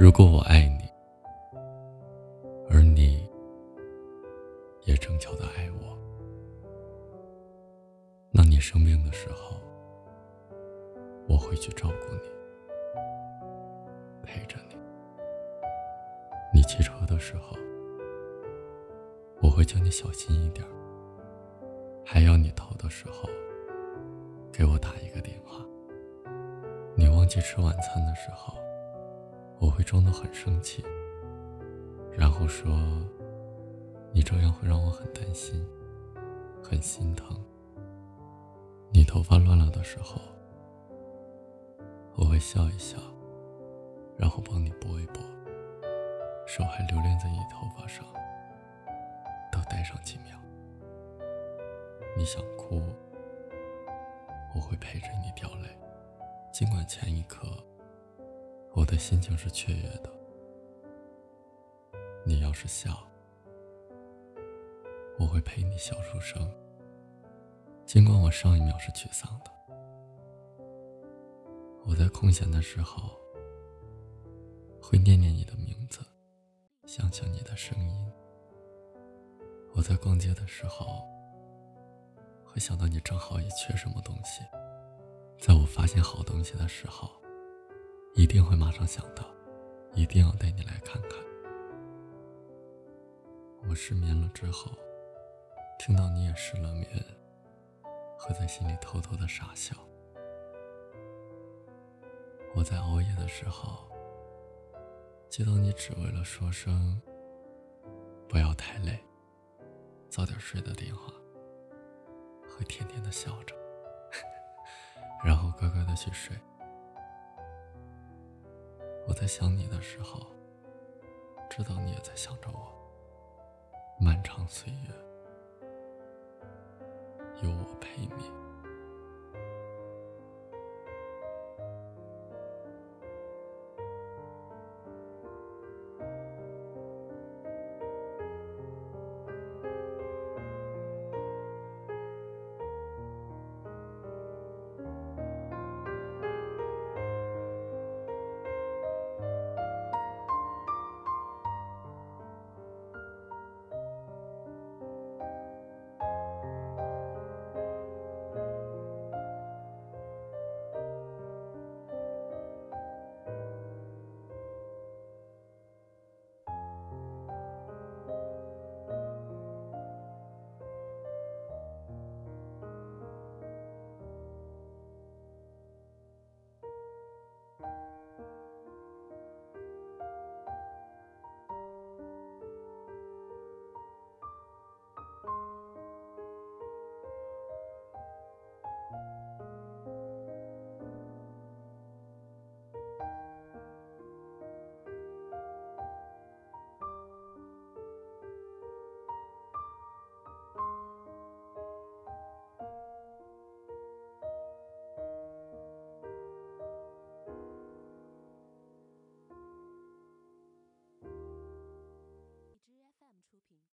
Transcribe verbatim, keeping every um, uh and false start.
如果我爱你，而你也正巧的爱我，那你生病的时候，我会去照顾你，陪着你。你骑车的时候，我会叫你小心一点，还要你头的时候给我打一个电话。你忘记吃晚餐的时候，我会装得很生气，然后说你这样会让我很担心，很心疼。你头发乱了的时候，我会笑一笑，然后帮你拨一拨，手还留恋在你头发上，多待上几秒。你想哭，我会陪着你掉泪，尽管前一刻我的心情是雀跃的。你要是笑，我会陪你笑出声，尽管我上一秒是沮丧的。我在空闲的时候会念念你的名字，想想你的声音。我在逛街的时候会想到你正好也缺什么东西，在我发现好东西的时候一定会马上想到，一定要带你来看看。我失眠了之后，听到你也失了眠，会在心里偷偷的傻笑。我在熬夜的时候，接到你只为了说声不要太累，早点睡的电话，会甜甜的笑着然后乖乖的去睡。我在想你的时候，知道你也在想着我。漫长岁月，有我陪你。